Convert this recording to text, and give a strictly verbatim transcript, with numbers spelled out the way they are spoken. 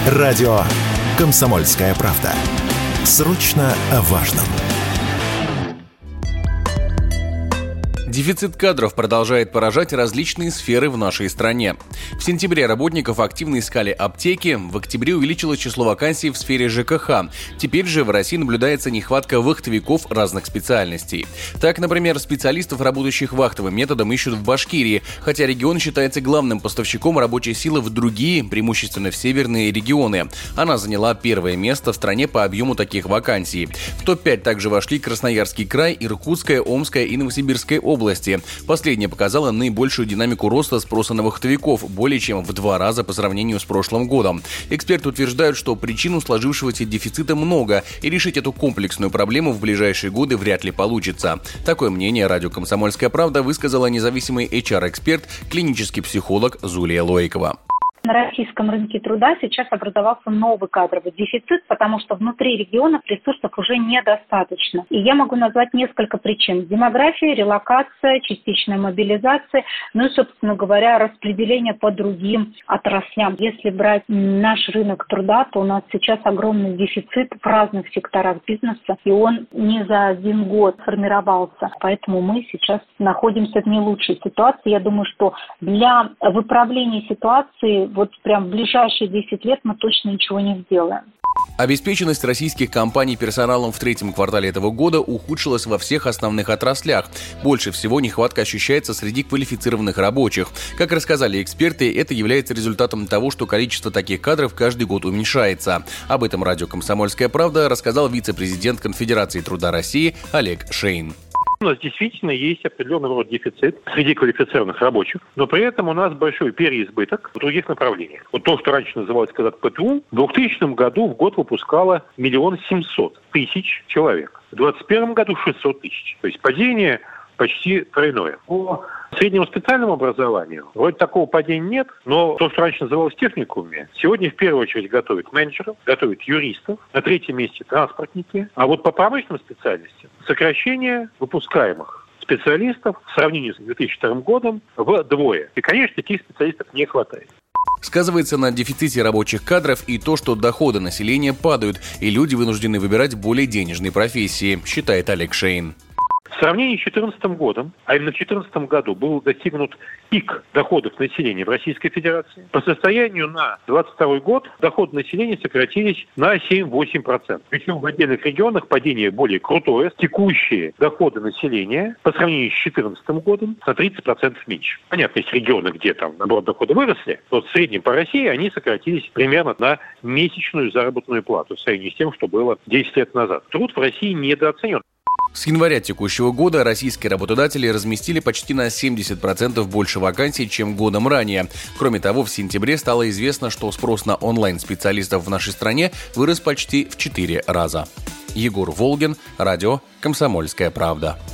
Радио «Комсомольская правда». Срочно о важном. Дефицит кадров продолжает поражать различные сферы в нашей стране. В сентябре работников активно искали аптеки, в октябре увеличилось число вакансий в сфере ЖКХ. Теперь же в России наблюдается нехватка вахтовиков разных специальностей. Так, например, специалистов, работающих вахтовым методом, ищут в Башкирии, хотя регион считается главным поставщиком рабочей силы в другие, преимущественно в северные регионы. Она заняла первое место в стране по объему таких вакансий. В топ пять также вошли Красноярский край, Иркутская, Омская и Новосибирская области. Последняя показала наибольшую динамику роста спроса на вахтовиков, более чем в два раза по сравнению с прошлым годом. Эксперты утверждают, что причин у сложившегося дефицита много, и решить эту комплексную проблему в ближайшие годы вряд ли получится. Такое мнение радио «Комсомольская правда» высказала независимый эйч ар-эксперт, клинический психолог Зулия Лоикова. На российском рынке труда сейчас образовался новый кадровый дефицит, потому что внутри регионов ресурсов уже недостаточно. И я могу назвать несколько причин. Демография, релокация, частичная мобилизация, ну и, собственно говоря, распределение по другим отраслям. Если брать наш рынок труда, то у нас сейчас огромный дефицит в разных секторах бизнеса, и он не за один год формировался. Поэтому мы сейчас находимся в не лучшей ситуации. Я думаю, что для выправления ситуации вот прям в ближайшие десять лет мы точно ничего не сделаем. Обеспеченность российских компаний персоналом в третьем квартале этого года ухудшилась во всех основных отраслях. Больше всего нехватка ощущается среди квалифицированных рабочих. Как рассказали эксперты, это является результатом того, что количество таких кадров каждый год уменьшается. Об этом радио «Комсомольская правда» рассказал вице-президент Конфедерации труда России Олег Шейн. У нас действительно есть определенный род дефицит среди квалифицированных рабочих, но при этом у нас большой переизбыток в других направлениях. Вот то, что раньше называлось когда-то ПТУ, в двухтысячном году в год выпускало миллион семьсот тысяч человек. В двадцать первом году шестьсот тысяч. То есть падение почти тройное. По среднему специальному образованию вроде такого падения нет, но то, что раньше называлось техникумами, сегодня в первую очередь готовят менеджеров, готовят юристов, на третьем месте транспортники. А вот по промышленным специальностям сокращение выпускаемых специалистов в сравнении с две тысячи вторым годом вдвое. И, конечно, таких специалистов не хватает. Сказывается на дефиците рабочих кадров и то, что доходы населения падают, и люди вынуждены выбирать более денежные профессии, считает Олег Шейн. В сравнении с две тысячи четырнадцатым годом, а именно в две тысячи четырнадцатом году был достигнут пик доходов населения в Российской Федерации. По состоянию на двадцать второй год доходы населения сократились на семь-восемь процентов. Причем в отдельных регионах падение более крутое. Текущие доходы населения по сравнению с две тысячи четырнадцатым годом на тридцать процентов меньше. Понятно, есть регионы, где там, наоборот, доходы выросли, но в среднем по России они сократились примерно на месячную заработную плату в сравнении с тем, что было десять лет назад. Труд в России недооценен. С января текущего года российские работодатели разместили почти на семьдесят процентов больше вакансий, чем годом ранее. Кроме того, в сентябре стало известно, что спрос на онлайн-специалистов в нашей стране вырос почти в четыре раза. Егор Волгин, радио «Комсомольская правда».